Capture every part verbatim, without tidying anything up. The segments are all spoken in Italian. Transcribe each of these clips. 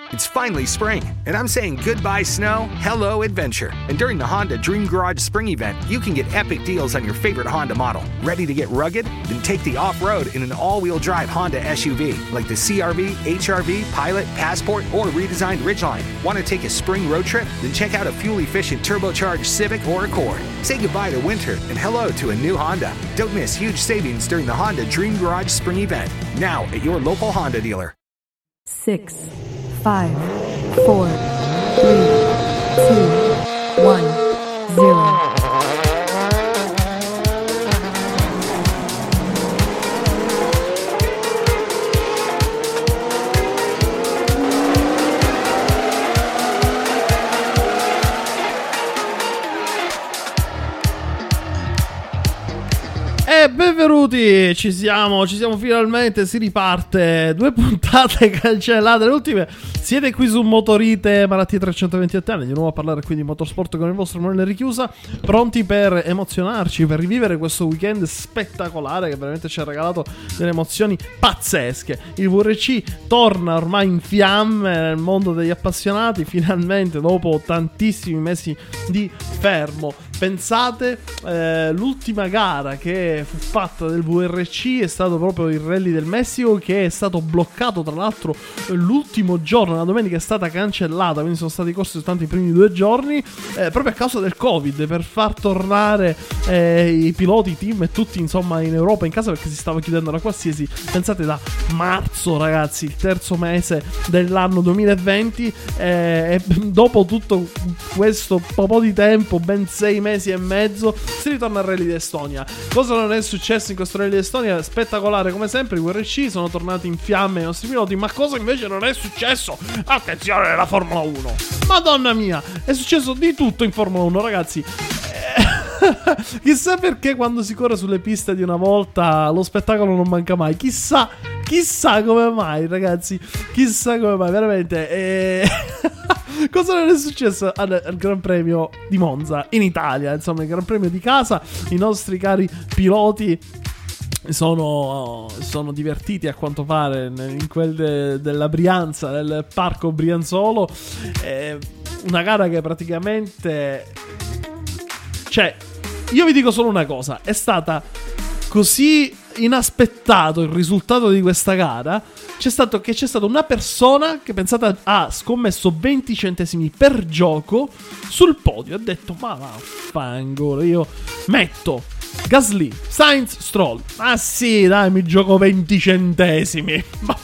It's finally spring, and I'm saying goodbye snow, hello adventure. And during the Honda Dream Garage Spring Event, you can get epic deals on your favorite Honda model. Ready to get rugged? Then take the off-road in an all-wheel drive Honda S U V, like the C R V, H R V, Pilot, Passport, or redesigned Ridgeline. Want to take a spring road trip? Then check out a fuel-efficient turbocharged Civic or Accord. Say goodbye to winter and hello to a new Honda. Don't miss huge savings during the Honda Dream Garage Spring Event, now at your local Honda dealer. Six, five, four, three, two, one, zero. E benvenuti, ci siamo, ci siamo finalmente, si riparte, due puntate cancellate, le ultime, siete qui su Motorite Malattie trecentoventotto anni, di nuovo a parlare qui di motorsport con il vostro Emanuele Richiusa, pronti per emozionarci, per rivivere questo weekend spettacolare che veramente ci ha regalato delle emozioni pazzesche. Il V R C torna ormai in fiamme nel mondo degli appassionati, finalmente dopo tantissimi mesi di fermo. Pensate, eh, l'ultima gara che fu fatta del V R C è stato proprio il Rally del Messico, che è stato bloccato tra l'altro l'ultimo giorno, la domenica è stata cancellata, quindi sono stati corsi soltanto i primi due giorni, eh, proprio a causa del Covid, per far tornare eh, i piloti, i team e tutti insomma in Europa in casa, perché si stava chiudendo la qualsiasi. Pensate, da marzo, ragazzi, il terzo mese dell'anno duemilaventi, eh, e dopo tutto questo po' di tempo, ben sei mesi e mezzo, si ritorna al Rally d'Estonia. Cosa non è successo in questo Rally d'Estonia? Spettacolare come sempre, i V R C sono tornati in fiamme i nostri piloti, ma cosa invece non è successo? Attenzione, la Formula uno, madonna mia, è successo di tutto in Formula uno, ragazzi. Chissà perché quando si corre sulle piste di una volta lo spettacolo non manca mai. Chissà, chissà come mai, ragazzi, chissà come mai, veramente. E... cosa non è successo al, al Gran Premio di Monza in Italia, insomma il Gran Premio di casa. I nostri cari piloti sono, sono divertiti a quanto pare in quel de, della Brianza, nel parco Brianzolo. È una gara che praticamente, cioè, io vi dico solo una cosa, è stata così inaspettato il risultato di questa gara. C'è stato che c'è stata una persona che, pensate, ha scommesso venti centesimi per gioco sul podio. Ha detto: ma vaffanculo, io metto Gasly, Sainz, Stroll. Ah sì, dai, mi gioco venti centesimi.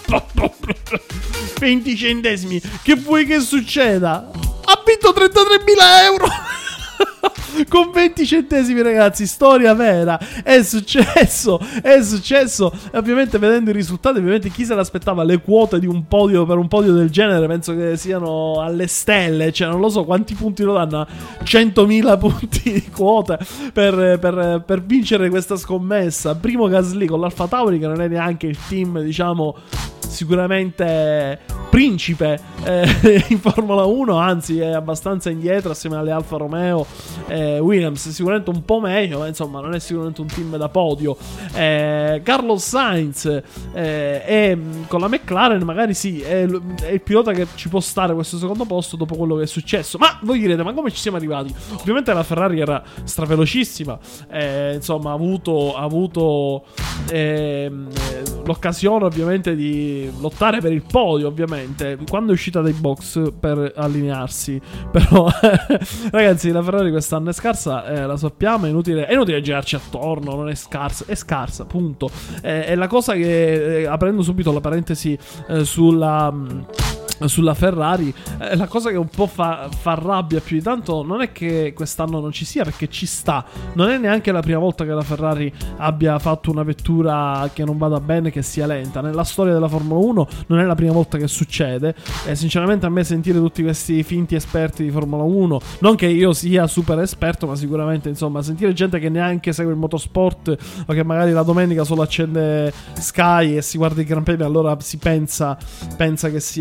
venti centesimi, che vuoi che succeda? Ha vinto trentatremila euro con venti centesimi, ragazzi, storia vera. È successo, è successo. E ovviamente, vedendo i risultati, ovviamente chi se l'aspettava? Le quote di un podio, per un podio del genere, penso che siano alle stelle. Cioè, non lo so quanti punti lo danno, centomila punti di quota per, per, per vincere questa scommessa. Primo Gasly con l'Alfa Tauri, che non è neanche il team, diciamo, sicuramente principe eh, in Formula uno, anzi è abbastanza indietro assieme alle Alfa Romeo e Williams, sicuramente un po' meglio, ma insomma non è sicuramente un team da podio. eh, Carlos Sainz eh, è con la McLaren, magari sì, è, è il pilota che ci può stare questo secondo posto dopo quello che è successo. Ma voi direte: ma come ci siamo arrivati? Ovviamente la Ferrari era stravelocissima, eh, insomma ha avuto, ha avuto eh, l'occasione ovviamente di lottare per il podio, ovviamente, quando è uscita dai box per allinearsi. Però ragazzi, la Ferrari quest'anno è scarsa, eh, la sappiamo, è inutile, è inutile girarci attorno, non è scarsa, è scarsa, punto. Eh, è la cosa che, eh, aprendo subito la parentesi eh, sulla... Mh, sulla Ferrari, eh, la cosa che un po' fa, fa rabbia più di tanto non è che quest'anno non ci sia, perché ci sta. Non è neanche la prima volta che la Ferrari abbia fatto una vettura che non vada bene, che sia lenta. Nella storia della Formula uno non è la prima volta che succede, e sinceramente a me sentire tutti questi finti esperti di Formula uno, non che io sia super esperto, ma sicuramente insomma sentire gente che neanche segue il motorsport, o che magari la domenica solo accende Sky e si guarda i Gran Premi, allora si pensa pensa che sia insomma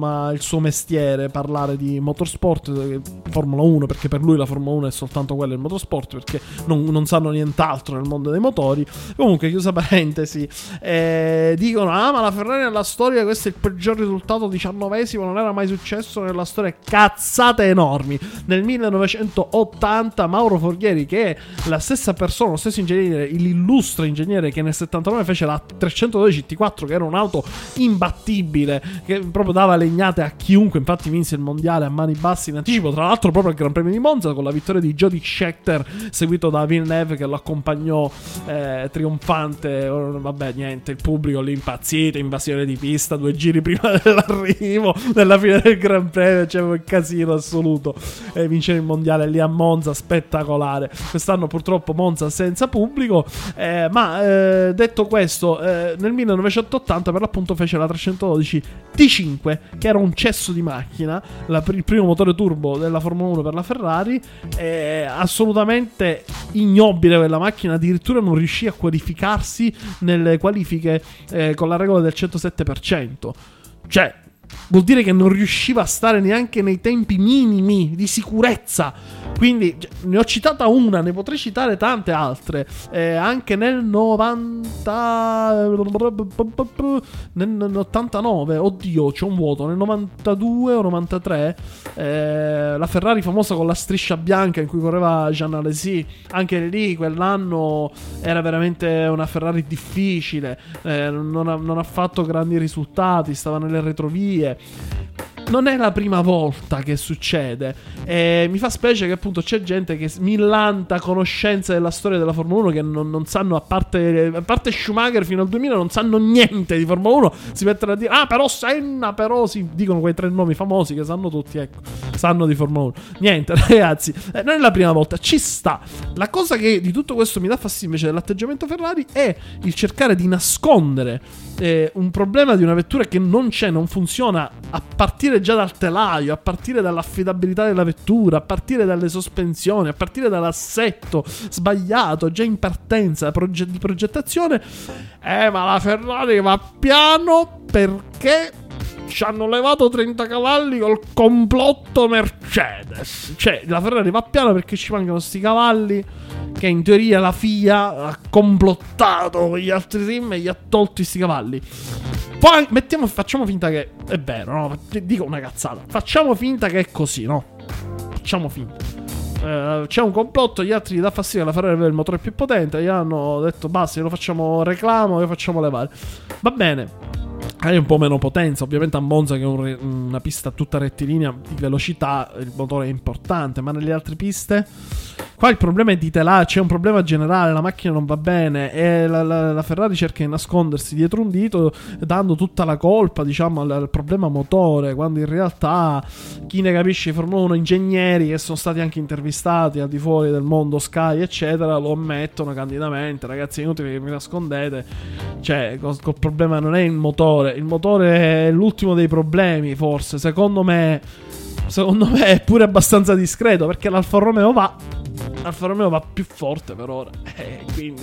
insomma il suo mestiere parlare di motorsport, Formula uno, perché per lui la Formula uno è soltanto quello il motorsport, perché non, non sanno nient'altro nel mondo dei motori. Comunque, chiusa parentesi, eh, dicono ah ma la Ferrari nella storia, questo è il peggior risultato, diciannovesimo, non era mai successo nella storia. Cazzate enormi. Nel millenovecentottanta Mauro Forghieri, che è la stessa persona, lo stesso ingegnere, l'illustre ingegnere che nel settantanove fece la trecentododici T quattro, che era un'auto imbattibile, che proprio dava legnate a chiunque, infatti vinse il mondiale a mani basse in anticipo, tra l'altro proprio al Gran Premio di Monza, con la vittoria di Jody Scheckter seguito da Villeneuve che lo accompagnò eh, trionfante. Vabbè, niente, il pubblico lì impazzito, invasione di pista due giri prima dell'arrivo, nella fine del Gran Premio c'è un casino assoluto, e vincere il mondiale lì a Monza, spettacolare. Quest'anno purtroppo Monza senza pubblico, eh, ma eh, detto questo, eh, nel millenovecentottanta per l'appunto fece la trecentododici T cinque, che era un cesso di macchina, la, il primo motore turbo della Formula uno per la Ferrari, eh, assolutamente ignobile quella macchina, addirittura non riuscì a qualificarsi nelle qualifiche eh, con la regola del centosette per cento, cioè vuol dire che non riusciva a stare neanche nei tempi minimi di sicurezza. Quindi ne ho citata una, ne potrei citare tante altre. Eh, anche nel novanta nell'ottantanove, oddio, c'è un vuoto. Nel novantadue o novantatré, eh, la Ferrari famosa con la striscia bianca in cui correva Jean Alesi, anche lì quell'anno era veramente una Ferrari difficile, eh, non, ha, non ha fatto grandi risultati, stava nelle retrovie. Non è la prima volta che succede, e mi fa specie che appunto c'è gente che millanta conoscenze della storia della Formula uno che non, non sanno, a parte, a parte Schumacher fino al duemila, non sanno niente di Formula uno. Si mettono a dire ah però Senna, però si dicono quei tre nomi famosi che sanno tutti, ecco, sanno di Formula uno. Niente ragazzi, eh, non è la prima volta, ci sta. La cosa che di tutto questo mi dà fastidio invece dell'atteggiamento Ferrari è il cercare di nascondere eh, un problema di una vettura che non c'è, non funziona, a partire già dal telaio, a partire dall'affidabilità della vettura, a partire dalle sospensioni, a partire dall'assetto sbagliato già in partenza proge- di progettazione. Eh ma la Ferrari va piano perché ci hanno levato trenta cavalli col complotto Mercedes. Cioè la Ferrari va piano perché ci mancano sti cavalli che in teoria la F I A ha complottato con gli altri team e gli ha tolto sti cavalli. Poi mettiamo, facciamo finta che è vero, no? Dico una cazzata. Facciamo finta che è così, no? Facciamo finta. Eh, c'è un complotto, gli altri gli dà fastidio che la Ferrari aveva il motore più potente, gli hanno detto basta, lo facciamo reclamo, lo facciamo levare. Va bene. Hai un po' meno potenza, ovviamente a Monza, che è un, una pista tutta rettilinea di velocità, il motore è importante, ma nelle altre piste qua il problema è di telaio, c'è un problema generale, la macchina non va bene e la, la, la Ferrari cerca di nascondersi dietro un dito dando tutta la colpa, diciamo, al, al problema motore, quando in realtà chi ne capisce di Formula uno, ingegneri che sono stati anche intervistati al di fuori del mondo Sky eccetera, lo ammettono candidamente: ragazzi, è inutile che mi nascondete, cioè col, col problema non è il motore, il motore è l'ultimo dei problemi, forse, secondo me secondo me è pure abbastanza discreto, perché l'Alfa Romeo va Alfa Romeo va più forte per ora, eh, quindi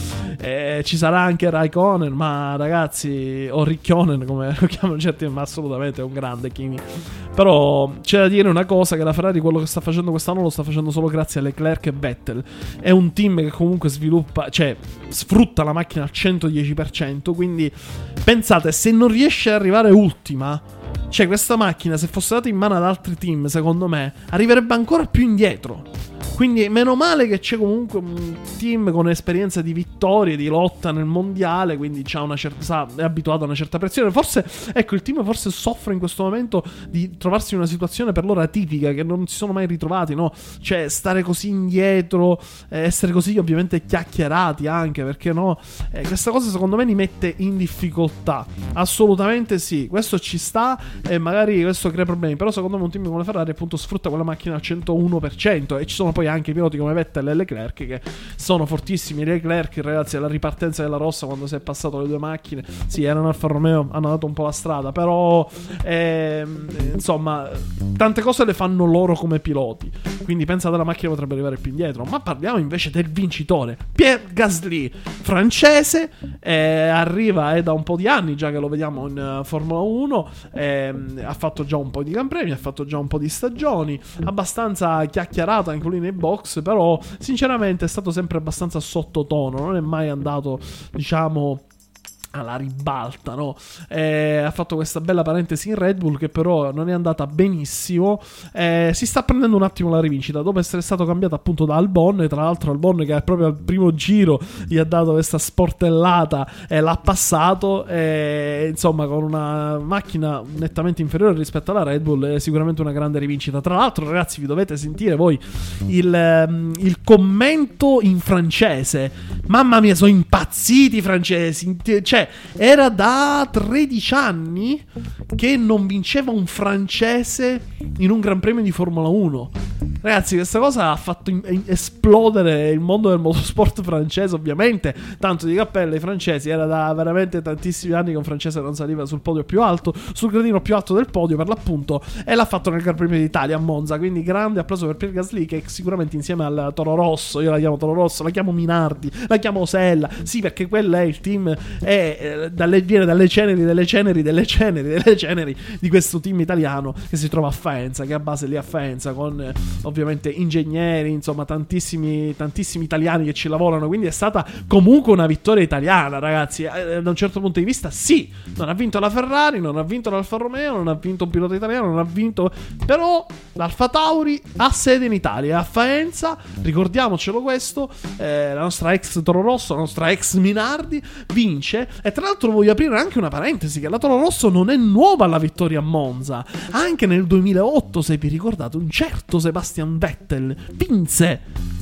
eh, ci sarà anche Raikkonen, ma ragazzi, o Rikkionen come lo chiamano certi, ma assolutamente è un grande Kimi. Però c'è da dire una cosa, che la Ferrari quello che sta facendo quest'anno lo sta facendo solo grazie a Leclerc e Vettel. È un team che comunque sviluppa, cioè sfrutta la macchina al centodieci per cento, quindi pensate, se non riesce ad arrivare ultima, cioè questa macchina se fosse data in mano ad altri team, secondo me arriverebbe ancora più indietro. Quindi meno male che c'è comunque un team con esperienza di vittorie, di lotta nel mondiale, quindi c'ha una certa, sa, è abituato a una certa pressione. Forse, ecco, il team forse soffre in questo momento di trovarsi in una situazione per loro atipica, che non si sono mai ritrovati, no? Cioè stare così indietro, eh, essere così ovviamente chiacchierati anche, perché no? Eh, questa cosa secondo me li mette in difficoltà. Assolutamente sì, questo ci sta e magari questo crea problemi, però secondo me un team come la Ferrari appunto sfrutta quella macchina al centouno per cento e ci sono poi poi anche piloti come Vettel e Leclerc, che sono fortissimi. Leclerc, ragazzi, alla ripartenza della rossa, quando si è passato le due macchine, sì, erano Alfa Romeo, hanno dato un po' la strada, però ehm, insomma tante cose le fanno loro come piloti, quindi pensate, la macchina potrebbe arrivare più indietro. Ma parliamo invece del vincitore, Pierre Gasly, francese, eh, arriva, è da un po' di anni già che lo vediamo in uh, Formula uno, eh, ha fatto già un po' di Gran Premi, ha fatto già un po' di stagioni, abbastanza chiacchierato anche lui nei box, però sinceramente è stato sempre abbastanza sottotono, non è mai andato, diciamo, alla ribalta, no? Eh, ha fatto questa bella parentesi in Red Bull che però non è andata benissimo. Eh, si sta prendendo un attimo la rivincita dopo essere stato cambiato appunto da Albon, e tra l'altro Albon, che proprio al primo giro gli ha dato questa sportellata e l'ha passato, e, insomma, con una macchina nettamente inferiore rispetto alla Red Bull, è sicuramente una grande rivincita. Tra l'altro, ragazzi, vi dovete sentire voi il, il commento in francese. Mamma mia, sono impazziti i francesi, cioè era da tredici anni che non vinceva un francese in un Gran Premio di Formula uno. Ragazzi, questa cosa ha fatto in- esplodere il mondo del motorsport francese, ovviamente. Tanto di cappello ai francesi, era da veramente tantissimi anni che un francese non saliva sul podio più alto, sul gradino più alto del podio per l'appunto, e l'ha fatto nel Gran Premio d'Italia a Monza. Quindi grande applauso per Pierre Gasly, che sicuramente insieme al Toro Rosso, io la chiamo Toro Rosso, la chiamo Minardi, la chiamo Sella, sì, perché quello è il team, è eh, dalle, viene dalle ceneri delle ceneri delle ceneri delle ceneri di questo team italiano che si trova a Faenza, che ha base lì a Faenza, con eh, ovviamente ingegneri, insomma tantissimi tantissimi italiani che ci lavorano. Quindi è stata comunque una vittoria italiana, ragazzi, eh, da un certo punto di vista. Sì, non ha vinto la Ferrari, non ha vinto l'Alfa Romeo, non ha vinto un pilota italiano, non ha vinto, però l'Alfa Tauri ha sede in Italia, a Faenza, ricordiamocelo questo, eh, la nostra ex Toro Rosso, la nostra ex Minardi vince. E tra l'altro voglio aprire anche una parentesi, che la Toro Rosso non è nuova alla vittoria a Monza. Anche nel duemilaotto, se vi ricordate, un certo Sebastian Vettel vinse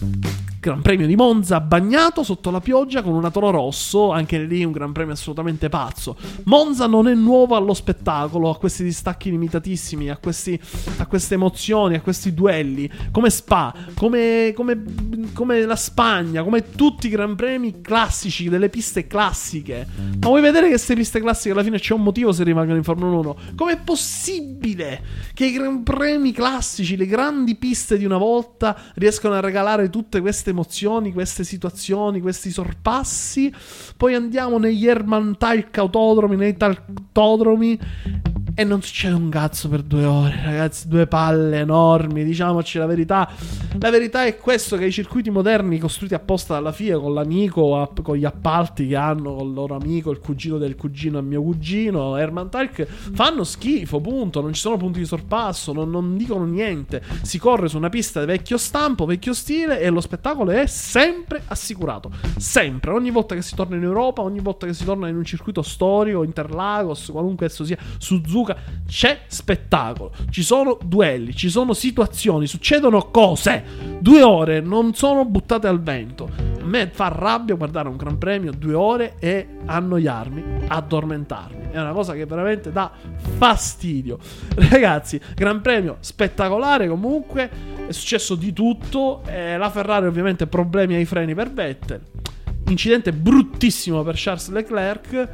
Gran Premio di Monza bagnato sotto la pioggia con una Toro Rosso, anche lì un Gran Premio assolutamente pazzo. Monza non è nuovo allo spettacolo, a questi distacchi limitatissimi, a, questi, a queste emozioni, a questi duelli, come Spa, come, come, come la Spagna, come tutti i Gran Premi classici, delle piste classiche. Ma vuoi vedere che queste piste classiche alla fine c'è un motivo se rimangono in Formula uno? Com'è possibile che i Gran Premi classici, le grandi piste di una volta, riescono a regalare tutte queste emozioni, queste situazioni, questi sorpassi? Poi andiamo negli Hermantalk autodromi, nei taltodromi, e non succede un cazzo per due ore, ragazzi. Due palle enormi, diciamoci la verità. La verità è questo, che i circuiti moderni costruiti apposta dalla F I A, con l'amico, con gli appalti che hanno con il loro amico, il cugino del cugino al mio cugino, Hermantalk, fanno schifo, punto. Non ci sono punti di sorpasso, non, non dicono niente. Si corre su una pista di vecchio stampo, vecchio stile, e lo spettacolo è sempre assicurato, sempre. Ogni volta che si torna in Europa, ogni volta che si torna in un circuito storico, Interlagos, qualunque esso sia, Suzuka, c'è spettacolo, ci sono duelli, ci sono situazioni, succedono cose. Due ore non sono buttate al vento. A me fa rabbia guardare un Gran Premio due ore e annoiarmi, addormentarmi. È una cosa che veramente dà fastidio. Ragazzi, Gran Premio spettacolare comunque, è successo di tutto. eh, La Ferrari ovviamente problemi ai freni per Vettel, incidente bruttissimo per Charles Leclerc.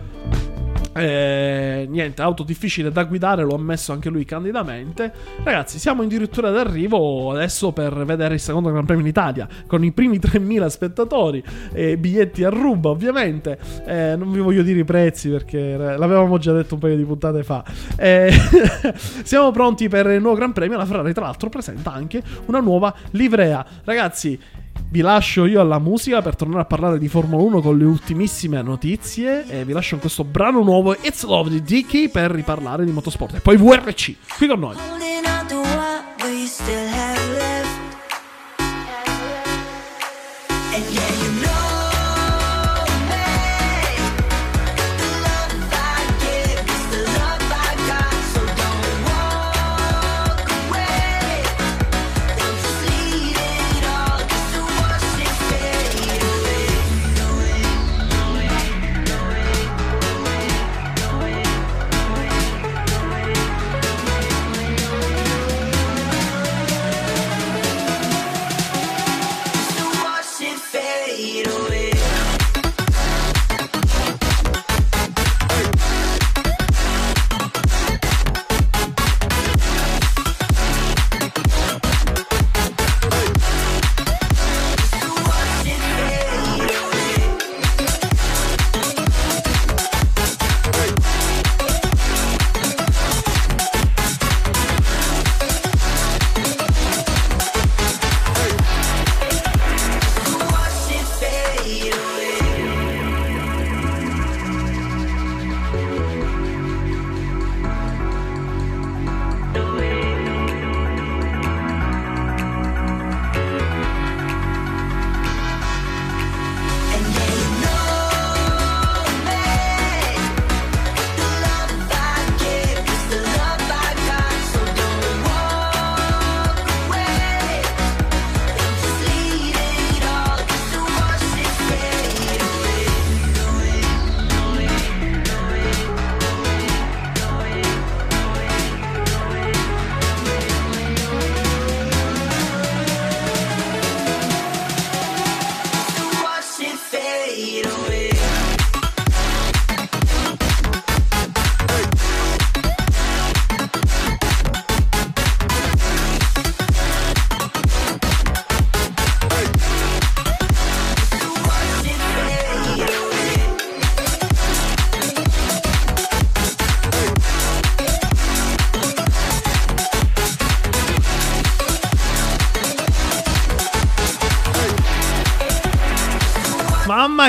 Eh, niente, auto difficile da guidare, lo ha ammesso anche lui candidamente. Ragazzi, siamo addirittura d'arrivo adesso per vedere il secondo Gran Premio in Italia, con i primi tremila spettatori, e biglietti a ruba ovviamente. eh, Non vi voglio dire i prezzi perché l'avevamo già detto un paio di puntate fa. eh, Siamo pronti per il nuovo Gran Premio. La Ferrari tra l'altro presenta anche una nuova livrea. Ragazzi, vi lascio io alla musica per tornare a parlare di Formula uno con le ultimissime notizie, e vi lascio in questo brano nuovo, It's Love di Dicky, per riparlare di motorsport. E poi V R C qui con noi.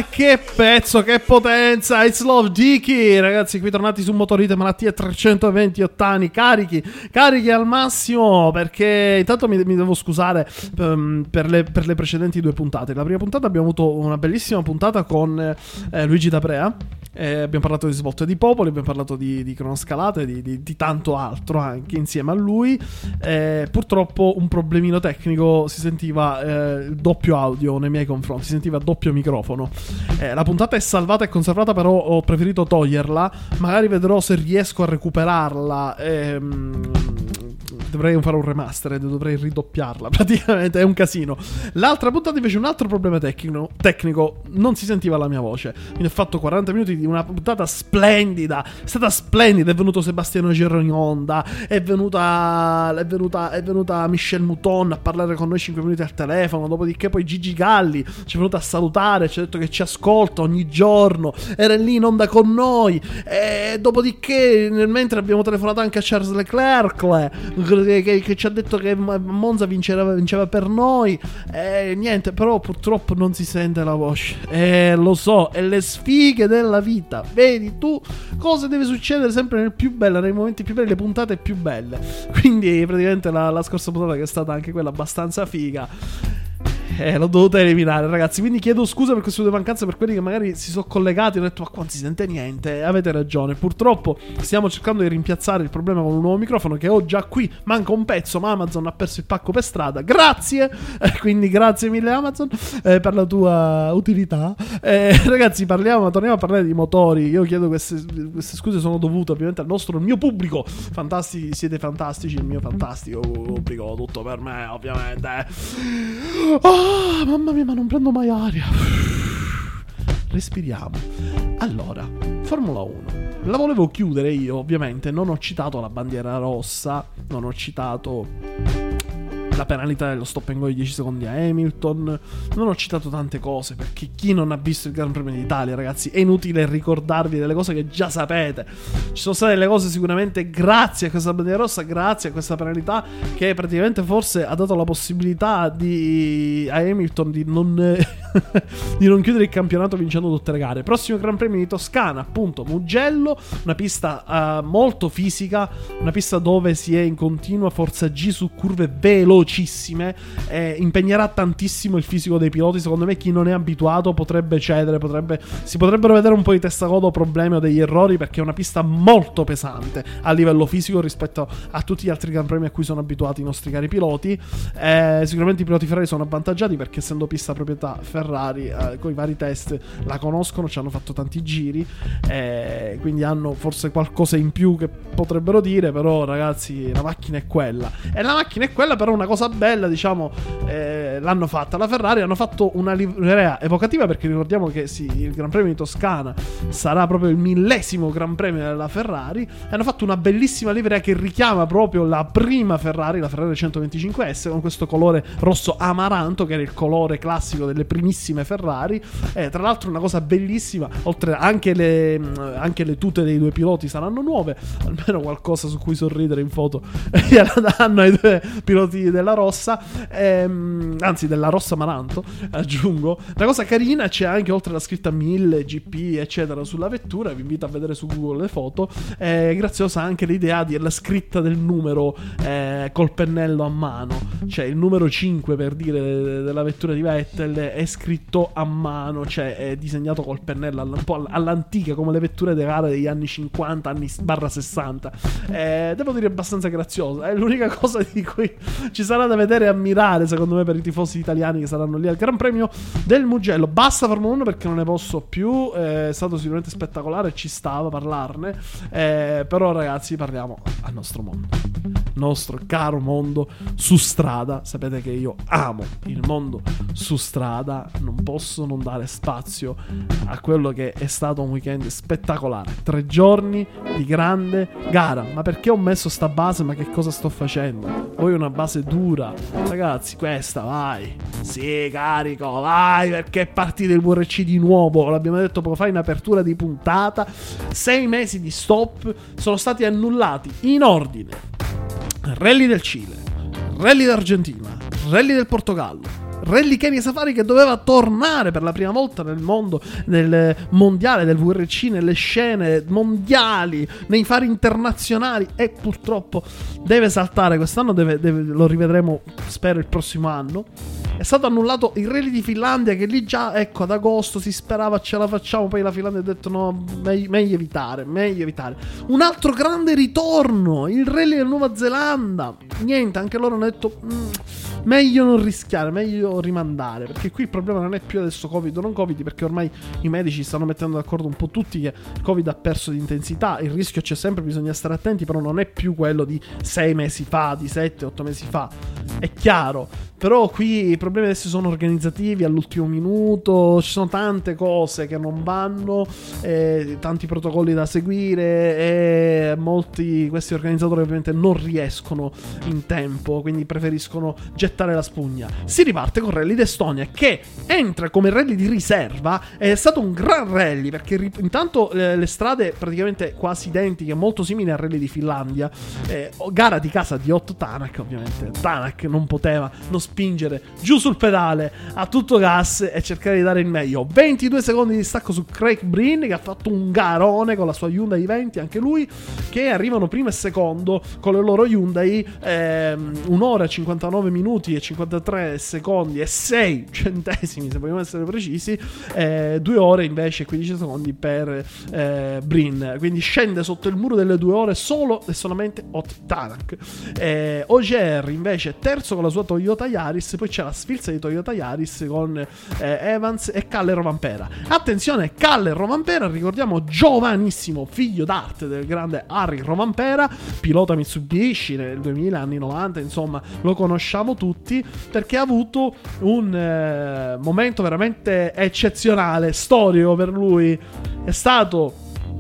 Ma che pezzo, che potenza! It's Love Dicky, ragazzi, qui tornati su Motorite Malattie trecentoventi ottani, carichi, carichi al massimo, perché intanto mi, mi devo scusare um, per, le, per le precedenti due puntate. La prima puntata abbiamo avuto una bellissima puntata con eh, Luigi D'Aprea. Eh, abbiamo parlato di Svolta di Popoli, abbiamo parlato di, di cronoscalate, di, di, di tanto altro anche insieme a lui. Eh, purtroppo un problemino tecnico, si sentiva eh, il doppio audio nei miei confronti, si sentiva doppio microfono. Eh, la puntata è salvata e conservata, però ho preferito toglierla. Magari vedrò se riesco a recuperarla. Ehm, dovrei fare un remaster, dovrei ridoppiarla, praticamente è un casino. L'altra puntata invece un altro problema tecnico, tecnico non si sentiva la mia voce. Quindi ho fatto quaranta minuti di una puntata splendida, è stata splendida. È venuto Sebastiano Gerro in onda, è venuta è venuta è venuta Michelle Mouton a parlare con noi cinque minuti al telefono, dopodiché poi Gigi Galli ci è venuta a salutare, ci ha detto che ci ascolta ogni giorno, era lì in onda con noi, e dopodiché nel mentre abbiamo telefonato anche a Charles Leclerc che, che, che ci ha detto che Monza vinceva, vinceva per noi, e niente, però purtroppo non si sente la voce, e lo so, e le sfighe della vita, vedi tu cosa deve succedere sempre nel più bello, nei momenti più belli, le puntate più belle. Quindi praticamente la, la scorsa puntata, che è stata anche quella abbastanza figa, Eh, l'ho dovuta eliminare, ragazzi. Quindi chiedo scusa per queste due mancanze, per quelli che magari si sono collegati e hanno detto ma qua non si sente niente. Avete ragione, purtroppo stiamo cercando di rimpiazzare il problema con un nuovo microfono che ho già qui, manca un pezzo, ma Amazon ha perso il pacco per strada. Grazie, eh, quindi grazie mille Amazon eh, per la tua utilità. eh, Ragazzi, parliamo, torniamo a parlare di motori. Io chiedo queste, queste scuse sono dovute ovviamente al nostro, al mio pubblico. Fantastici, siete fantastici, il mio fantastico pubblico, tutto per me ovviamente. Oh, Oh, mamma mia, ma non prendo mai aria. Respiriamo. Allora, Formula uno. La volevo chiudere io, ovviamente. Non ho citato la bandiera rossa, non ho citato la penalità dello stop and go di dieci secondi a Hamilton, non ho citato tante cose, perché chi non ha visto il Gran Premio d'Italia, ragazzi, è inutile ricordarvi delle cose che già sapete. Ci sono state delle cose sicuramente grazie a questa bandiera rossa, grazie a questa penalità, che praticamente forse ha dato la possibilità di a Hamilton di non di non chiudere il campionato vincendo tutte le gare. Prossimo Gran Premio di Toscana, appunto, Mugello, una pista uh, molto fisica, una pista dove si è in continua forza G su curve velocissime. Eh, impegnerà tantissimo il fisico dei piloti. Secondo me chi non è abituato potrebbe cedere, potrebbe, si potrebbero vedere un po' di testacoda o problemi o degli errori, perché è una pista molto pesante a livello fisico rispetto a tutti gli altri Gran Premi a cui sono abituati i nostri cari piloti. Eh, sicuramente i piloti Ferrari sono avvantaggiati, perché essendo pista proprietà Ferrari, eh, con i vari test la conoscono, ci hanno fatto tanti giri, eh, quindi hanno forse qualcosa in più che potrebbero dire. Però ragazzi, la macchina è quella, e la macchina è quella, però una cosa bella, diciamo, eh, l'hanno fatta la Ferrari, hanno fatto una livrea evocativa, perché ricordiamo che sì, il Gran Premio di Toscana sarà proprio il millesimo Gran Premio della Ferrari, e hanno fatto una bellissima livrea che richiama proprio la prima Ferrari, la Ferrari centoventicinque S, con questo colore rosso amaranto che era il colore classico delle primissime Ferrari. E tra l'altro una cosa bellissima, oltre anche le, anche le tute dei due piloti saranno nuove, almeno qualcosa su cui sorridere in foto gliela danno ai due piloti della rossa, ehm, anzi della rossa amaranto, aggiungo. La cosa carina, c'è anche, oltre alla scritta mille G P eccetera sulla vettura, vi invito a vedere su Google le foto, è graziosa anche l'idea della scritta del numero eh, col pennello a mano, cioè il numero cinque, per dire, della vettura di Vettel è scritto a mano, cioè è disegnato col pennello un po' all'antica, come le vetture di gara degli anni cinquanta, anni barra sessanta. Eh, devo dire abbastanza graziosa, è l'unica cosa di cui ci sarà da vedere e ammirare, secondo me, per i tifosi italiani che saranno lì al Gran Premio del Mugello. Basta Formula uno, perché non ne posso più, è stato sicuramente spettacolare, ci stava parlarne, eh, però ragazzi, parliamo al nostro mondo, nostro caro mondo su strada. Sapete che io amo il mondo su strada, non posso non dare spazio a quello che è stato un weekend spettacolare, tre giorni di grande gara. Ma perché ho messo sta base? Ma che cosa sto facendo? Poi una base dura, ragazzi, questa, vai, sì, carico, vai, perché è partito il V R C di nuovo, l'abbiamo detto poco fa in apertura di puntata. Sei mesi di stop sono stati annullati in ordine: Rally del Cile, Rally d'Argentina, Rally del Portogallo, Rally Kenya Safari che doveva tornare per la prima volta nel mondo del mondiale del V R C, nelle scene mondiali, nei fari internazionali, e purtroppo deve saltare quest'anno, deve, deve, lo rivedremo spero il prossimo anno. È stato annullato il Rally di Finlandia, che lì già, ecco, ad agosto si sperava ce la facciamo, poi la Finlandia ha detto no, meglio, meglio evitare, meglio evitare. Un altro grande ritorno, il Rally della Nuova Zelanda, niente, anche loro hanno detto mm, meglio non rischiare, meglio rimandare, perché qui il problema non è più adesso Covid o non Covid, perché ormai i medici stanno mettendo d'accordo un po' tutti che Covid ha perso di intensità, il rischio c'è sempre, bisogna stare attenti, però non è più quello di sei mesi fa, di sette otto mesi fa, è chiaro. Però qui i problemi adesso sono organizzativi, all'ultimo minuto, ci sono tante cose che non vanno, eh, tanti protocolli da seguire, e molti questi organizzatori ovviamente non riescono in tempo, quindi preferiscono gettare la spugna. Si riparte con Rally d'Estonia, che entra come rally di riserva. È stato un gran rally, perché ri- intanto eh, le strade praticamente quasi identiche, molto simili al Rally di Finlandia, eh, gara di casa di Otto Tanak, ovviamente Tanak non poteva non spingere giù sul pedale a tutto gas e cercare di dare il meglio. ventidue secondi di stacco su Craig Breen, che ha fatto un garone con la sua Hyundai venti, anche lui, che arrivano primo e secondo con le loro Hyundai, ehm, un'ora e cinquantanove minuti e cinquantatré secondi e sei centesimi se vogliamo essere precisi, eh, due ore invece e quindici secondi per eh, Breen, quindi scende sotto il muro delle due ore solo e solamente Ott Tanak. eh, Ogier invece terzo con la sua Toyota Yaris, poi c'è la sfilza di Toyota Yaris con eh, Evans e Kalle Rovanperä. Attenzione, Kalle Rovanperä, ricordiamo, giovanissimo figlio d'arte del grande Harry Rovanperä, pilota Mitsubishi nel duemila, anni novanta, insomma lo conosciamo tutti perché ha avuto un eh, momento veramente eccezionale, storico per lui. È stato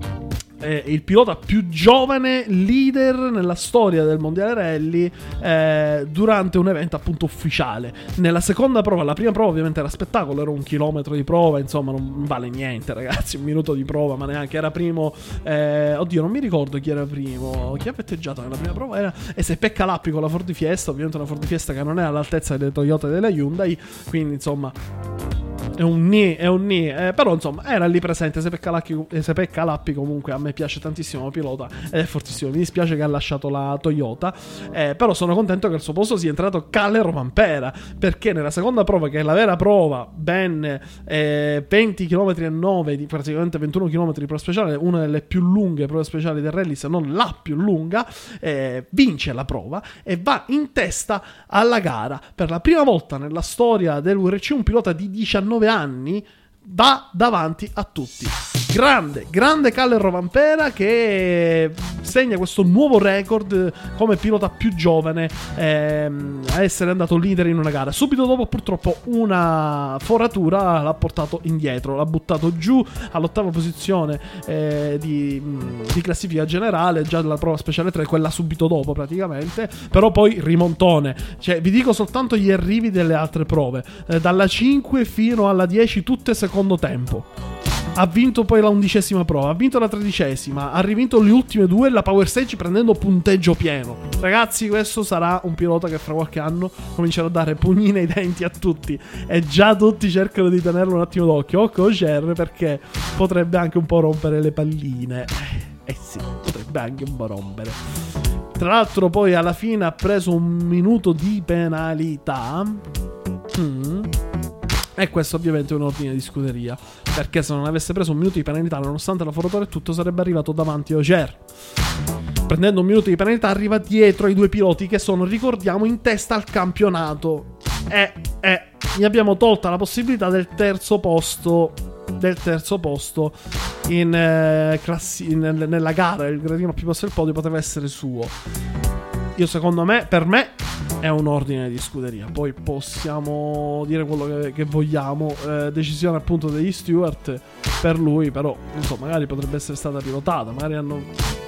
Eh, il pilota più giovane leader nella storia del mondiale rally eh, durante un evento appunto ufficiale. Nella seconda prova, la prima prova ovviamente era spettacolo, era un chilometro di prova, insomma non vale niente ragazzi, un minuto di prova, ma neanche. Era primo, eh, oddio non mi ricordo chi era primo, chi ha festeggiato nella prima prova, era e se Pekka Lappi con la Ford Fiesta, ovviamente una Ford Fiesta che non è all'altezza delle Toyota e della Hyundai, quindi insomma è un ni, è un ni, eh, però insomma era lì presente. Se Pekka Lappi, se Pekka Lappi comunque a me piace tantissimo pilota ed è fortissimo, mi dispiace che ha lasciato la Toyota, eh, però sono contento che al suo posto sia entrato Kalle Rovanperä, perché nella seconda prova, che è la vera prova, ben eh, venti chilometri e nove di praticamente ventuno chilometri di prova speciale, una delle più lunghe prove speciali del rally, se non la più lunga, eh, vince la prova e va in testa alla gara. Per la prima volta nella storia del V R C un pilota di diciannove anni va davanti a tutti. Grande, grande Kalle Rovanperä, che segna questo nuovo record come pilota più giovane ehm, a essere andato leader in una gara. Subito dopo purtroppo una foratura l'ha portato indietro, l'ha buttato giù all'ottava posizione eh, di, di classifica generale, già della prova speciale tre, quella subito dopo praticamente, però poi rimontone. Cioè vi dico soltanto gli arrivi delle altre prove, eh, dalla cinque fino alla dieci tutte secondo tempo. Ha vinto poi la undicesima prova, ha vinto la tredicesima, ha rivinto le ultime due e la Power Stage prendendo punteggio pieno. Ragazzi, questo sarà un pilota che fra qualche anno comincerà a dare pugni nei denti a tutti, e già tutti cercano di tenerlo un attimo d'occhio. Occhio Ogier, perché potrebbe anche un po' rompere le palline. Eh sì, potrebbe anche un po' rompere. Tra l'altro poi alla fine ha preso un minuto di penalità. Mm. E questo ovviamente è un ordine di scuderia, perché se non avesse preso un minuto di penalità, nonostante la foratura e tutto, sarebbe arrivato davanti a Ogier. Prendendo un minuto di penalità arriva dietro ai due piloti che sono, ricordiamo, in testa al campionato. E eh, gli abbiamo tolta la possibilità del terzo posto del terzo posto in, eh, classi- in, nella gara. Il gradino più basso del podio poteva essere suo. Io secondo me, per me è un ordine di scuderia. Poi possiamo dire quello che, che vogliamo, eh, decisione appunto degli steward per lui, però insomma magari potrebbe essere stata pilotata, magari hanno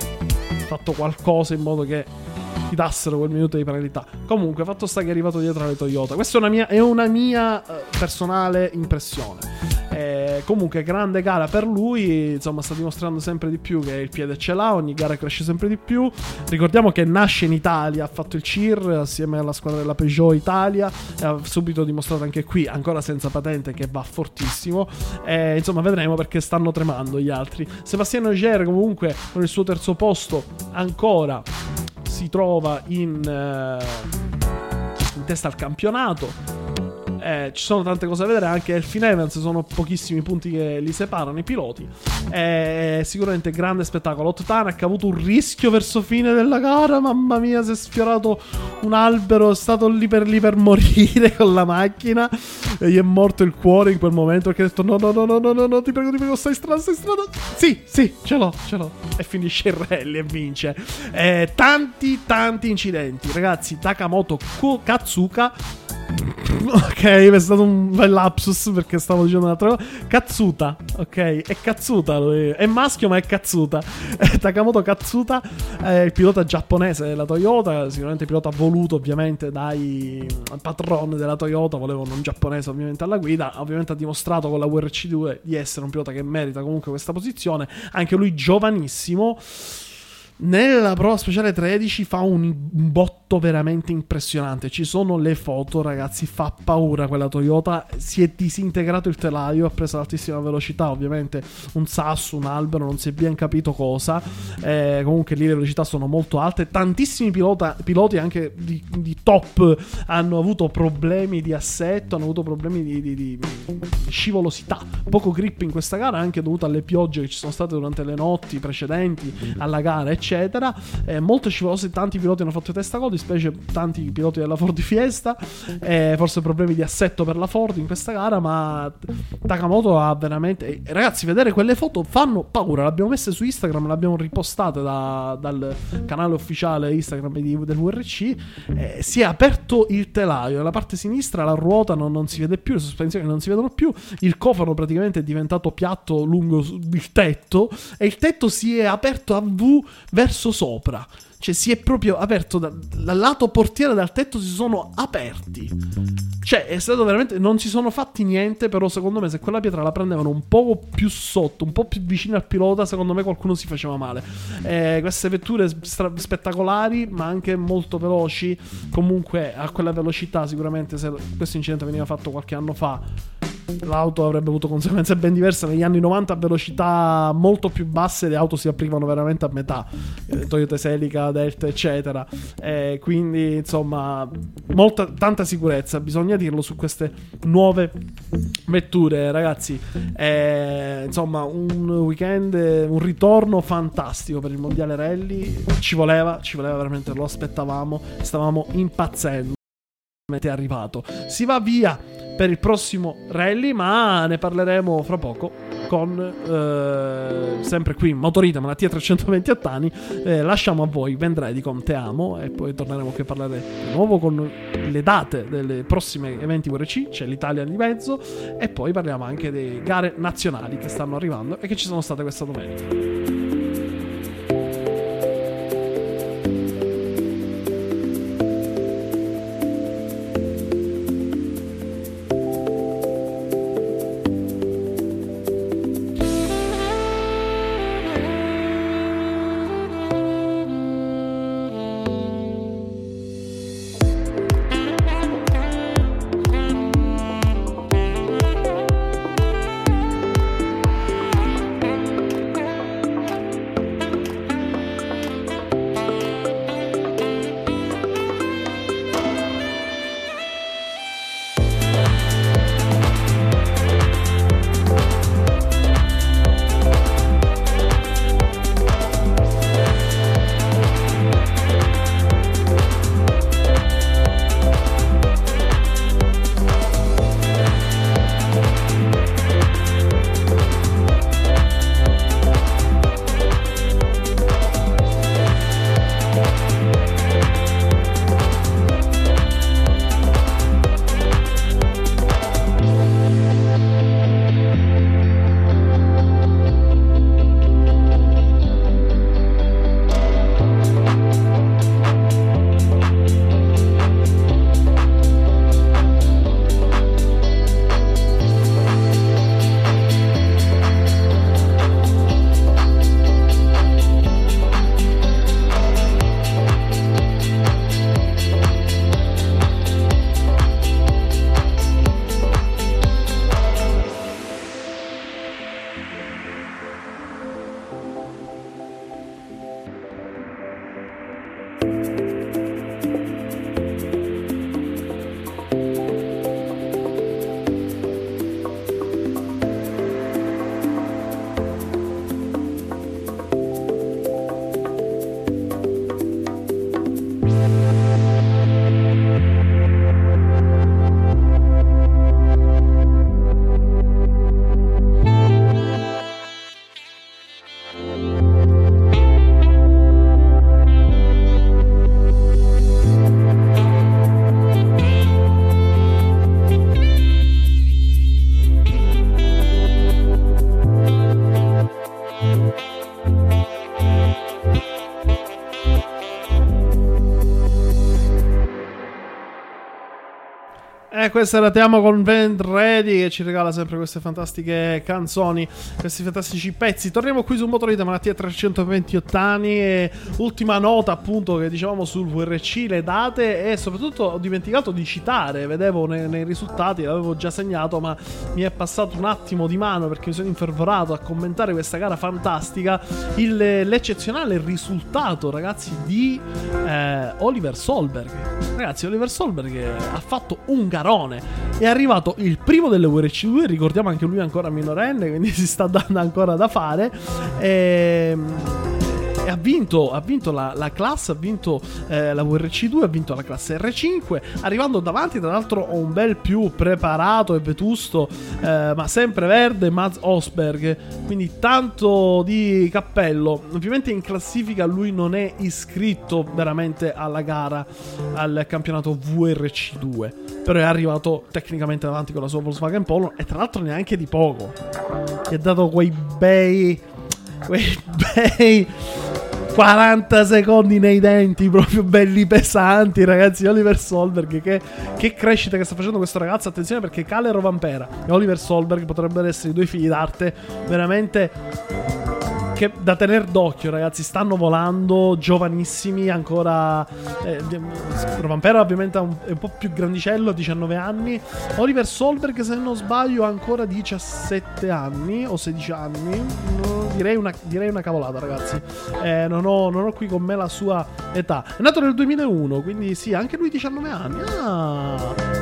fatto qualcosa in modo che gli dassero quel minuto di penalità. Comunque fatto sta che è arrivato dietro alle Toyota. Questa è una mia, è una mia eh, personale impressione. Eh, comunque grande gara per lui, insomma sta dimostrando sempre di più che il piede ce l'ha, ogni gara cresce sempre di più. Ricordiamo che nasce in Italia, ha fatto il C I R assieme alla squadra della Peugeot Italia, ha subito dimostrato anche qui, ancora senza patente, che va fortissimo. E, insomma vedremo, perché stanno tremando gli altri. Sebastian Ogier comunque con il suo terzo posto ancora si trova in, eh, in testa al campionato. Eh, ci sono tante cose da vedere, anche Elfyn Evans, sono pochissimi punti che li separano i piloti. Eh, sicuramente grande spettacolo. Ott Tanak ha avuto un rischio verso fine della gara, mamma mia, si è sfiorato un albero, è stato lì per lì per morire con la macchina e gli è morto il cuore in quel momento, perché ha detto no no no no no no, no ti prego ti prego, stai in strada, stai in strada. Sì sì, ce l'ho ce l'ho, e finisce il rally e vince. Eh, tanti tanti incidenti, ragazzi. Takamoto Katsuta, ok, è stato un bel lapsus perché stavo dicendo un'altra cosa. Katsuta, ok, è Katsuta, è maschio ma è Katsuta. Takamoto Katsuta, è il pilota giapponese della Toyota, sicuramente pilota voluto ovviamente dai patron della Toyota, volevano un giapponese ovviamente alla guida. Ovviamente ha dimostrato con la U R C due di essere un pilota che merita comunque questa posizione, anche lui giovanissimo. Nella prova speciale tredici fa un botto veramente impressionante. Ci sono le foto, ragazzi, fa paura quella Toyota. Si è disintegrato il telaio, ha preso l'altissima velocità, ovviamente un sasso, un albero, non si è ben capito cosa. Eh, comunque lì le velocità sono molto alte. Tantissimi pilota, piloti anche di, di top hanno avuto problemi di assetto, hanno avuto problemi di, di, di scivolosità, poco grip in questa gara, anche dovuto alle piogge che ci sono state durante le notti precedenti alla gara, eccetera. Eh, molto scivoloso, tanti piloti hanno fatto testa codi, specie tanti piloti della Ford Fiesta. Eh, forse problemi di assetto per la Ford in questa gara, ma Takamoto ha veramente, eh, ragazzi, vedere quelle foto fanno paura. Le abbiamo messe su Instagram, le abbiamo ripostate da, dal canale ufficiale Instagram di, del V R C. Eh, si è aperto il telaio, nella parte sinistra la ruota non, non si vede più, le sospensioni non si vedono più, il cofano praticamente è diventato piatto lungo il tetto, e il tetto si è aperto a V verso sopra, cioè si è proprio aperto dal da lato portiere, dal tetto si sono aperti, cioè è stato veramente, non si sono fatti niente. Però secondo me se quella pietra la prendevano un po' più sotto, un po' più vicino al pilota, secondo me qualcuno si faceva male. Eh, queste vetture stra- spettacolari ma anche molto veloci, comunque a quella velocità sicuramente, se questo incidente veniva fatto qualche anno fa, l'auto avrebbe avuto conseguenze ben diverse. Negli anni novanta a velocità molto più basse le auto si aprivano veramente a metà, eh, Toyota Celica, Delta eccetera. Eh, quindi insomma molta, tanta sicurezza, bisogna dirlo, su queste nuove vetture, ragazzi. Eh, insomma un weekend, un ritorno fantastico per il mondiale rally. Ci voleva, ci voleva veramente, lo aspettavamo, stavamo impazzendo. È arrivato, si va via per il prossimo rally, ma ne parleremo fra poco con eh, sempre qui Motorita, malattia trecentoventi ottani. Eh, lasciamo a voi Vendredicom, te amo, e poi torneremo qui a parlare di nuovo con le date delle prossime eventi V R C, c'è l'Italia di mezzo, e poi parliamo anche delle gare nazionali che stanno arrivando e che ci sono state questa domenica. E questa era Te amo con Band Ready, che ci regala sempre queste fantastiche canzoni, questi fantastici pezzi. Torniamo qui su Motorite Malattia trecentoventotto anni. E ultima nota appunto che dicevamo sul V R C, le date, e soprattutto ho dimenticato di citare, vedevo nei, nei risultati, l'avevo già segnato ma mi è passato un attimo di mano perché mi sono infervorato a commentare questa gara fantastica, il, l'eccezionale risultato, ragazzi, di eh, Oliver Solberg. Ragazzi, Oliver Solberg ha fatto un garone, è arrivato il primo delle V R C due, ricordiamo anche lui ancora minorenne, quindi si sta dando ancora da fare, e, e ha vinto, ha vinto la, la classe, ha vinto eh, la V R C due, ha vinto la classe R cinque, arrivando davanti tra l'altro a un bel più preparato e vetusto, eh, ma sempre verde, Mads Osberg, quindi tanto di cappello. Ovviamente in classifica lui non è iscritto veramente alla gara, al campionato V R C due, però è arrivato tecnicamente davanti con la sua Volkswagen Polo, e tra l'altro neanche di poco, gli ha dato quei bei quei bei quaranta secondi nei denti, proprio belli pesanti, ragazzi. Oliver Solberg, che, che crescita che sta facendo questo ragazzo. Attenzione, perché Kalle Rovanperä e Oliver Solberg potrebbero essere i due figli d'arte veramente che da tenere d'occhio, ragazzi. Stanno volando, giovanissimi ancora. eh, Rovanperä ovviamente è un, è un po' più grandicello, diciannove anni. Oliver Solberg, se non sbaglio, ha ancora diciassette anni o sedici anni. No, direi, una, direi una cavolata, ragazzi. eh, non, ho, non ho qui con me la sua età. È nato nel duemilauno, quindi sì, anche lui diciannove anni. Ah,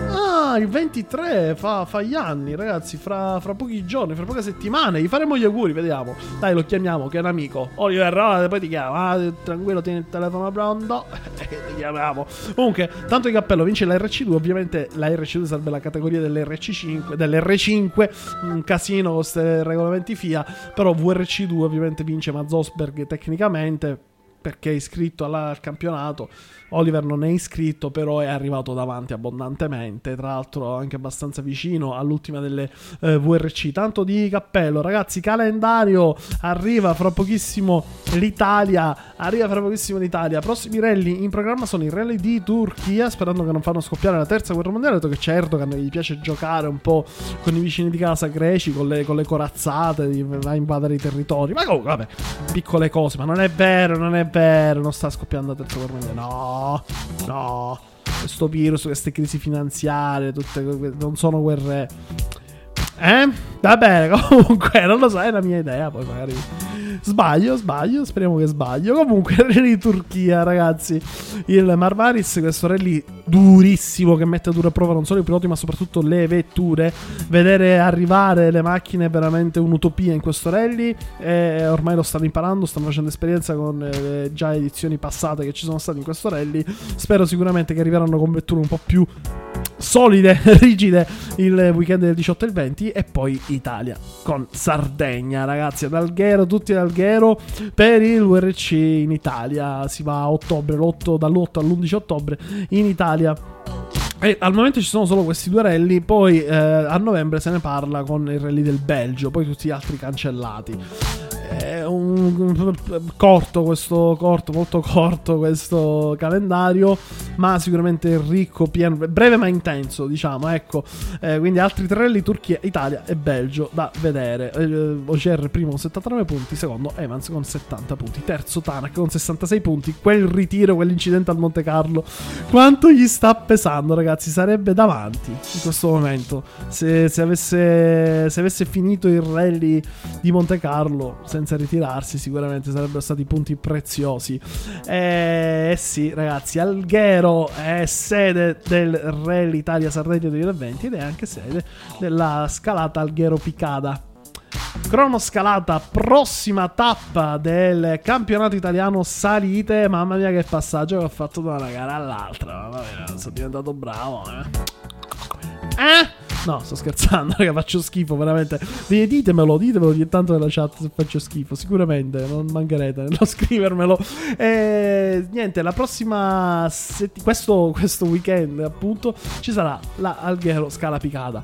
ah il ventitré fa, fa gli anni, ragazzi. Fra, fra pochi giorni, fra poche settimane gli faremo gli auguri, vediamo. Dai, lo chiamiamo, che è un amico. Oliver, oh, poi ti chiama. Ah, tranquillo, tieni il telefono pronto. Ti chiamiamo. Comunque, tanto di cappello, vince la R C due. Ovviamente la R C due sarebbe la categoria dell'R C cinque, dell'R cinque, un casino con questi regolamenti F I A. Però V R C due ovviamente vince Mads Osberg tecnicamente, perché è iscritto alla, al campionato. Oliver non è iscritto, però è arrivato davanti abbondantemente, tra l'altro anche abbastanza vicino all'ultima delle eh, V R C. Tanto di cappello, ragazzi. Calendario, arriva fra pochissimo l'Italia, arriva fra pochissimo l'Italia. Prossimi rally in programma sono i rally di Turchia, sperando che non fanno scoppiare la terza guerra mondiale, dato che c'è Erdogan, gli piace giocare un po' con i vicini di casa greci, con le, con le corazzate, di, va a invadere i territori. Ma comunque, vabbè, piccole cose. Ma non è vero, non è vero, non sta scoppiando la terza guerra mondiale, no. No, no, questo virus, queste crisi finanziarie, tutte non sono guerre. Eh? Va bene, comunque, non lo so, è la mia idea, poi magari sbaglio, sbaglio, speriamo che sbaglio. Comunque, rally di Turchia, ragazzi. Il Marmaris, questo rally durissimo che mette a dura prova non solo i piloti ma soprattutto le vetture. Vedere arrivare le macchine è veramente un'utopia in questo rally, e ormai lo stanno imparando, stanno facendo esperienza con le già edizioni passate che ci sono state in questo rally. Spero sicuramente che arriveranno con vetture un po' più solide, rigide il weekend del diciotto e il venti, e poi Italia con Sardegna, ragazzi. Ad Alghero, tutti ad Alghero per il V R C in Italia. Si va a ottobre, l'otto, dall'otto all'undici ottobre in Italia. E al momento ci sono solo questi due rally, poi eh, a novembre se ne parla con il rally del Belgio, poi tutti gli altri cancellati. È un, un corto questo corto, molto corto questo calendario, ma sicuramente ricco, pieno, breve ma intenso, diciamo, ecco. Eh, quindi altri tre rally, Turchia, Italia e Belgio da vedere. eh, Ogier primo con settantanove punti, secondo Evans con settanta punti, terzo Tanak con sessantasei punti. Quel ritiro, quell'incidente al Monte Carlo, quanto gli sta pesando, ragazzi. Sarebbe davanti in questo momento se, se avesse se avesse finito il rally di Monte Carlo senza ritirarsi, sicuramente sarebbero stati punti preziosi. Eh, eh sì, ragazzi, Alghero è sede del Rally Italia Sardegna duemilaventi ed è anche sede della scalata Alghero Picada. Cronoscalata, prossima tappa del campionato italiano salite. Mamma mia che passaggio che ho fatto da una gara all'altra. Mamma mia, sono diventato bravo, eh. Eh? No, sto scherzando, raga, faccio schifo, veramente. Ditemelo, ditemelo ogni tanto nella chat se faccio schifo, sicuramente, non mancherete nello scrivermelo. E niente, la prossima setti- questo, questo weekend, appunto, ci sarà la Alghero Scala Picada.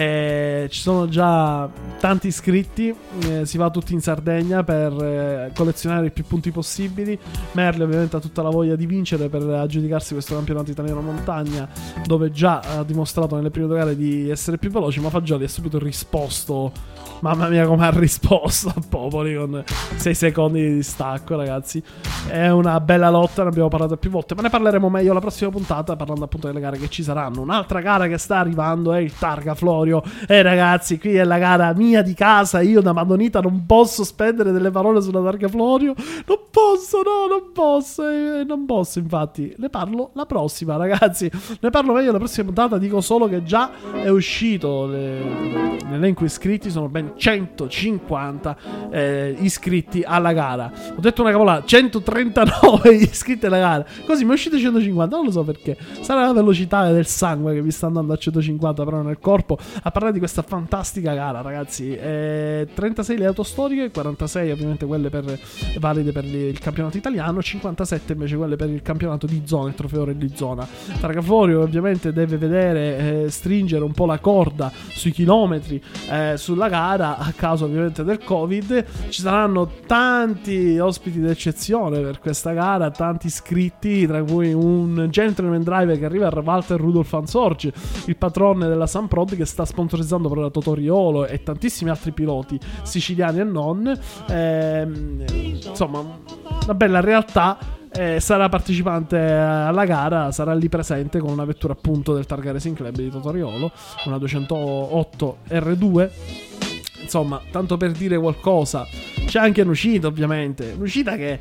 E ci sono già tanti iscritti, eh, si va tutti in Sardegna per eh, collezionare i più punti possibili. Merli ovviamente ha tutta la voglia di vincere per aggiudicarsi questo campionato italiano montagna, dove già ha dimostrato nelle prime due gare di essere più veloce, ma Fagioli ha subito risposto. Mamma mia come ha risposto a Popoli con sei secondi di distacco, ragazzi. È una bella lotta, ne abbiamo parlato più volte, ma ne parleremo meglio la prossima puntata, parlando appunto delle gare che ci saranno. Un'altra gara che sta arrivando è il Targa Florio. E ragazzi, qui è la gara mia di casa, io da Madonita non posso spendere delle parole sulla Targa Florio. Non posso, no, non posso, eh, non posso, infatti. Ne parlo la prossima, ragazzi. Ne parlo meglio la prossima puntata, dico solo che già è uscito le... l'elenco iscritti, sono ben centocinquanta eh, iscritti alla gara. Ho detto una cavolata, centotrentanove iscritti alla gara, così mi è uscito centocinquanta, non lo so perché. Sarà la velocità del sangue che vi sta andando a centocinquanta però nel corpo a parlare di questa fantastica gara, ragazzi. eh, trentasei le auto storiche, quarantasei ovviamente quelle per, valide per il campionato italiano, cinquantasette invece quelle per il campionato di zona, il trofeo di zona. Targa Florio ovviamente deve vedere eh, stringere un po' la corda sui chilometri eh, sulla gara, a causa ovviamente del Covid. Ci saranno tanti ospiti d'eccezione per questa gara, tanti iscritti, tra cui un gentleman driver che arriva, Walter Rudolf Ansorge, il patrone della Samprod, che sta sponsorizzando proprio la Totoriolo, e tantissimi altri piloti siciliani e non. Ehm, insomma, una bella realtà. Eh, sarà partecipante alla gara, sarà lì presente con una vettura appunto del Targa Racing Club di Totoriolo, una duecentootto R due. Insomma, tanto per dire qualcosa. C'è anche Nucita, ovviamente. Nucita che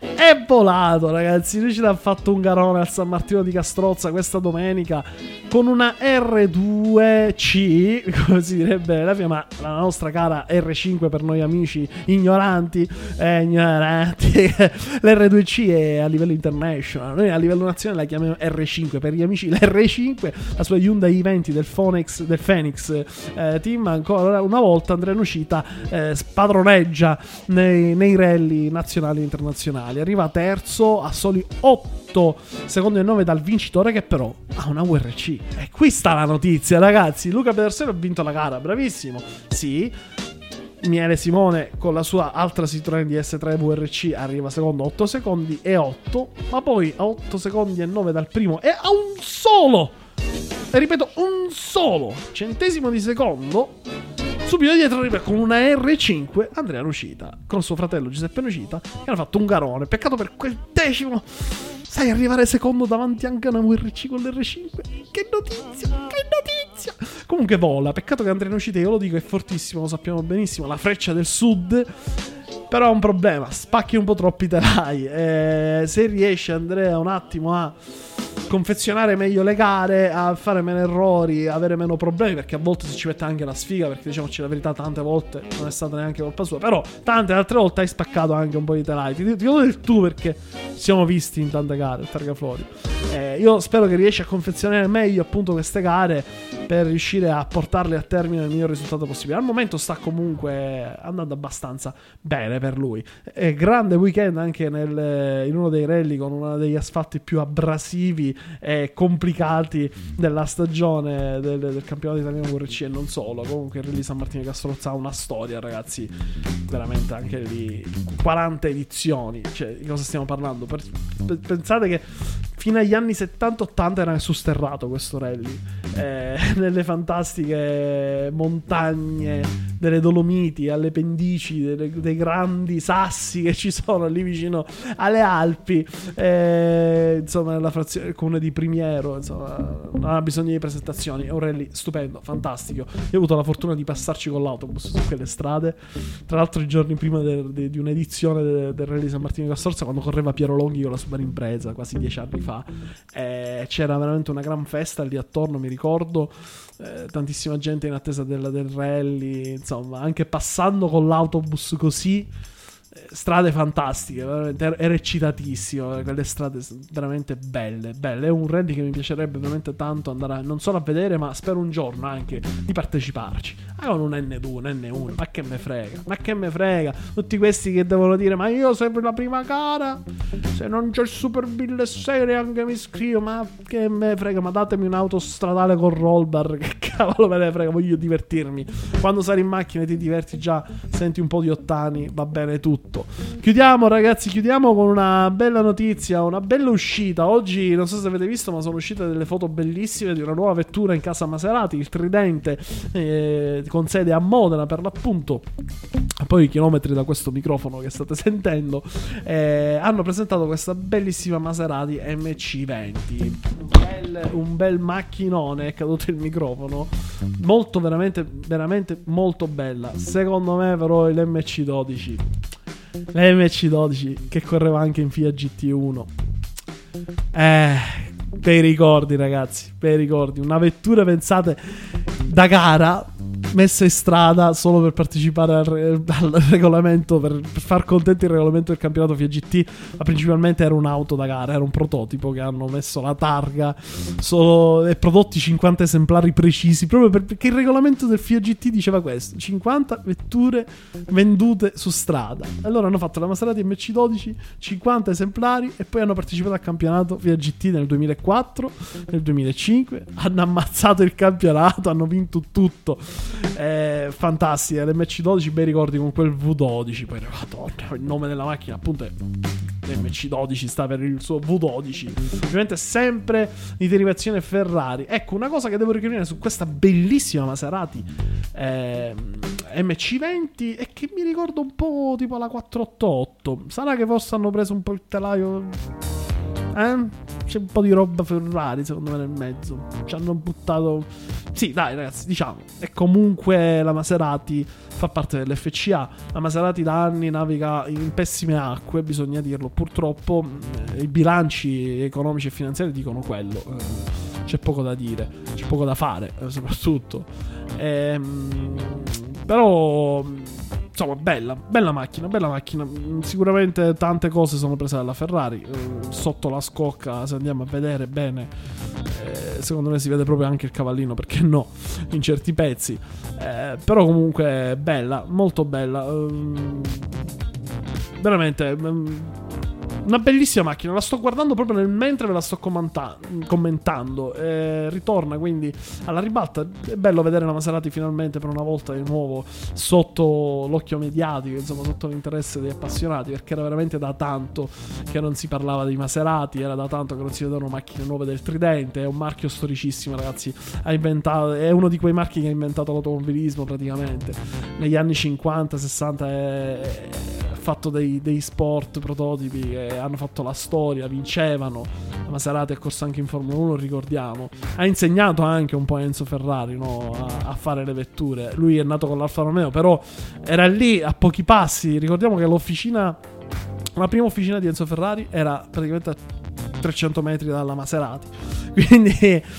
è volato, ragazzi. Nucita ha fatto un garone al San Martino di Castrozza questa domenica con una R due C, come si direbbe la, ma la nostra cara R cinque per noi amici ignoranti. Eh, ignoranti. L'R due C è a livello international. Noi a livello nazionale la chiamiamo R cinque. Per gli amici l'R cinque, la sua Hyundai i venti del Phoenix, del Phoenix eh, team. Ancora una volta Andrea Nucita eh, spadroneggia nei, nei rally nazionali e internazionali. Arriva terzo a soli otto secondi e nove dal vincitore, che però ha una U R C. E qui sta la notizia, ragazzi. Luca Pedersoli ha vinto la gara, bravissimo. Sì. Miele Simone con la sua altra Citroën D S tre V R C arriva secondo, otto secondi e otto, ma poi a otto secondi e nove dal primo e a un solo, e ripeto un solo centesimo di secondo, subito dietro arriva con una R cinque Andrea Nucita con suo fratello Giuseppe Nucita, che hanno fatto un garone. Peccato per quel decimo, sai, arrivare secondo davanti anche a una U R C con l'R cinque. Che notizia, che notizia. Comunque vola, peccato che Andrea Nucita, io lo dico, è fortissimo, lo sappiamo benissimo, la freccia del sud. Però ha un problema, spacchi un po' troppi telai. eh, Se riesce Andrea un attimo a confezionare meglio le gare, a fare meno errori, avere meno problemi, perché a volte si ci mette anche la sfiga, perché diciamoci la verità, tante volte non è stata neanche colpa sua, però tante altre volte hai spaccato anche un po' di telai. Ti dico del tu, perché siamo visti in tante gare il Targa Florio. eh, Io spero che riesca a confezionare meglio appunto queste gare per riuscire a portarle a termine nel miglior risultato possibile. Al momento sta comunque andando abbastanza bene per lui. È grande weekend anche nel, in uno dei rally con uno degli asfalti più abrasivi e complicati della stagione del, del campionato italiano V R C, e non solo. Comunque il rally San Martino di Castrozza ha una storia, ragazzi, veramente anche lì quaranta edizioni. Cioè, di cosa stiamo parlando? Per, per, pensate che fino agli anni settanta ottanta era susterrato questo rally, eh, nelle fantastiche montagne delle Dolomiti, alle pendici delle, dei grandi sassi che ci sono lì vicino alle Alpi, eh, insomma nella frazione, il comune di Primiero. Insomma, non ha bisogno di presentazioni, è un rally stupendo, fantastico. Io ho avuto la fortuna di passarci con l'autobus su quelle strade, tra l'altro i giorni prima de, de, di un'edizione de, del rally San Martino di Castrozza, quando correva Piero Longhi con la Subaru Impreza quasi dieci anni fa. Eh, c'era veramente una gran festa lì attorno, mi ricordo, eh, tantissima gente in attesa del, del rally, insomma, anche passando con l'autobus così, strade fantastiche, veramente ero eccitatissimo, quelle strade veramente belle, belle. È un rally che mi piacerebbe veramente tanto andare a, non solo a vedere, ma spero un giorno anche di parteciparci. Ah, con un N due, un N uno, ma che me frega, ma che me frega, tutti questi che devono dire ma io sempre la prima gara, se non c'è il Super mille sei neanche mi iscrivo, ma che me frega, ma datemi un'auto stradale con roll bar, che cavolo me ne frega, voglio divertirmi. Quando sali in macchina e ti diverti già, senti un po' di ottani, va bene tutto. Chiudiamo ragazzi, chiudiamo con una bella notizia, una bella uscita. Oggi non so se avete visto, ma sono uscite delle foto bellissime di una nuova vettura in casa Maserati, il Tridente, eh, con sede a Modena per l'appunto, a poi chilometri da questo microfono che state sentendo. eh, hanno presentato questa bellissima Maserati M C venti, un bel, un bel macchinone. È caduto il microfono, molto veramente veramente molto bella. Secondo me però l'M C dodici, l'M C dodici che correva anche in Fiat G T uno, eh, bei ricordi ragazzi, bei ricordi. Una vettura, pensate, da gara, messa in strada solo per partecipare al, al regolamento, per, per far contenti il regolamento del campionato Fiat G T, ma principalmente era un'auto da gara, era un prototipo che hanno messo la targa solo, e prodotti cinquanta esemplari precisi, proprio per, perché il regolamento del Fiat G T diceva questo: cinquanta vetture vendute su strada. Allora hanno fatto la Maserati M C dodici, cinquanta esemplari, e poi hanno partecipato al campionato Fiat G T nel duemilaquattro, nel duemilacinque, hanno ammazzato il campionato, hanno vinto tutto. Eh, fantastica, l'M C dodici, bei ricordi con quel V dodici. Poi madonna, il nome della macchina appunto è l'M C dodici, sta per il suo V dodici, ovviamente sempre di derivazione Ferrari. Ecco, una cosa che devo richiamare su questa bellissima Maserati eh, M C venti è che mi ricorda un po' tipo la quattrocentottantotto. Sarà che forse hanno preso un po' il telaio, eh? C'è un po' di roba Ferrari secondo me nel mezzo, ci hanno buttato. Sì dai ragazzi, diciamo, e comunque la Maserati fa parte dell'F C A. La Maserati da anni naviga in pessime acque, bisogna dirlo, purtroppo. eh, I bilanci economici e finanziari dicono quello, eh, c'è poco da dire, c'è poco da fare, eh, soprattutto ehm, però insomma, bella, bella macchina, bella macchina. Sicuramente tante cose sono prese dalla Ferrari. Eh, sotto la scocca, se andiamo a vedere bene, eh, secondo me si vede proprio anche il cavallino, perché no, in certi pezzi. Eh, però comunque bella, molto bella. Eh, veramente eh, una bellissima macchina. La sto guardando proprio nel mentre ve la sto commenta- commentando. Eh, ritorna quindi alla ribalta. È bello vedere la Maserati finalmente per una volta di nuovo sotto l'occhio mediatico, insomma sotto l'interesse degli appassionati, perché era veramente da tanto che non si parlava di Maserati, era da tanto che non si vedevano macchine nuove del Tridente. È un marchio storicissimo ragazzi, ha inventato, è uno di quei marchi che ha inventato l'automobilismo praticamente negli anni cinquanta sessanta. È, ha fatto dei, dei sport prototipi che hanno fatto la storia, vincevano. La Maserati è corsa anche in Formula uno, ricordiamo. Ha insegnato anche un po' a Enzo Ferrari, no? a, a fare le vetture. Lui è nato con l'Alfa Romeo, però era lì a pochi passi. Ricordiamo che l'officina, la prima officina di Enzo Ferrari era praticamente a trecento metri dalla Maserati. Quindi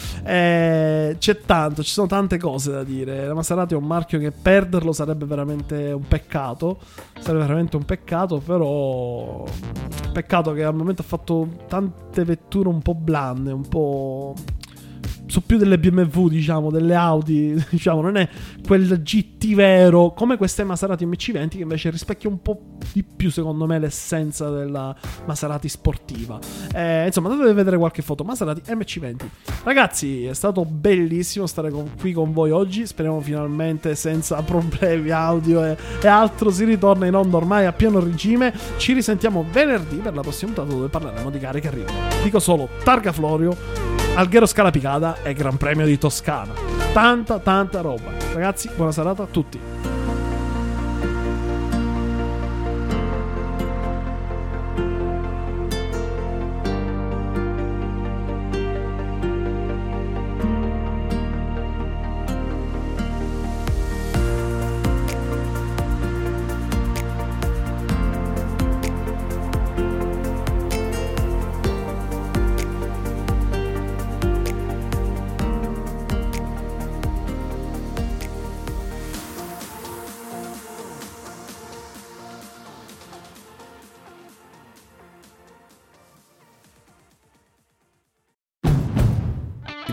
eh, c'è tanto, ci sono tante cose da dire. La Maserati è un marchio che perderlo sarebbe veramente un peccato. Sarebbe veramente un peccato, però peccato che al momento ha fatto tante vetture un po' blande, un po'... su più delle B M W, diciamo, delle Audi, diciamo, non è quel G T vero come queste Maserati M C venti, che invece rispecchia un po' di più secondo me l'essenza della Maserati sportiva. Eh, insomma, andate a vedere qualche foto. Maserati M C venti. Ragazzi, è stato bellissimo stare con, qui con voi oggi. Speriamo finalmente senza problemi audio e, e altro si ritorna in onda ormai a pieno regime. Ci risentiamo venerdì per la prossima puntata, dove parleremo di gare che arrivano. Dico solo Targa Florio, Alghero Scala Picada e Gran Premio di Toscana. Tanta tanta roba. Ragazzi, buona serata a tutti.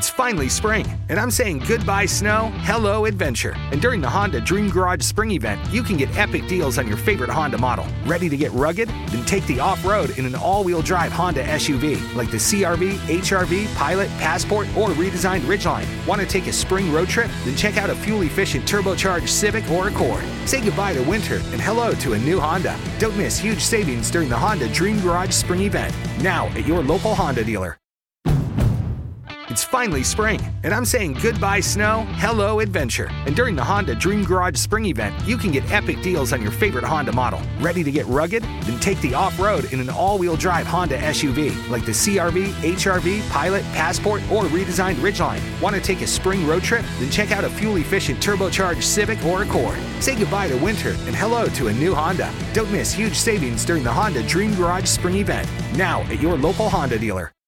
It's finally spring, and I'm saying goodbye snow, hello adventure. And during the Honda Dream Garage Spring Event, you can get epic deals on your favorite Honda model. Ready to get rugged? Then take the off-road in an all-wheel drive Honda S U V like the C R V, H R V, Pilot, Passport, or redesigned Ridgeline. Want to take a spring road trip? Then check out a fuel-efficient turbocharged Civic or Accord. Say goodbye to winter and hello to a new Honda. Don't miss huge savings during the Honda Dream Garage Spring Event. Now at your local Honda dealer. It's finally spring, and I'm saying goodbye snow, hello adventure. And during the Honda Dream Garage Spring Event, you can get epic deals on your favorite Honda model. Ready to get rugged? Then take the off-road in an all-wheel drive Honda S U V like the C R V, H R V, Pilot, Passport, or redesigned Ridgeline. Want to take a spring road trip? Then check out a fuel-efficient turbocharged Civic or Accord. Say goodbye to winter and hello to a new Honda. Don't miss huge savings during the Honda Dream Garage Spring Event. Now at your local Honda dealer.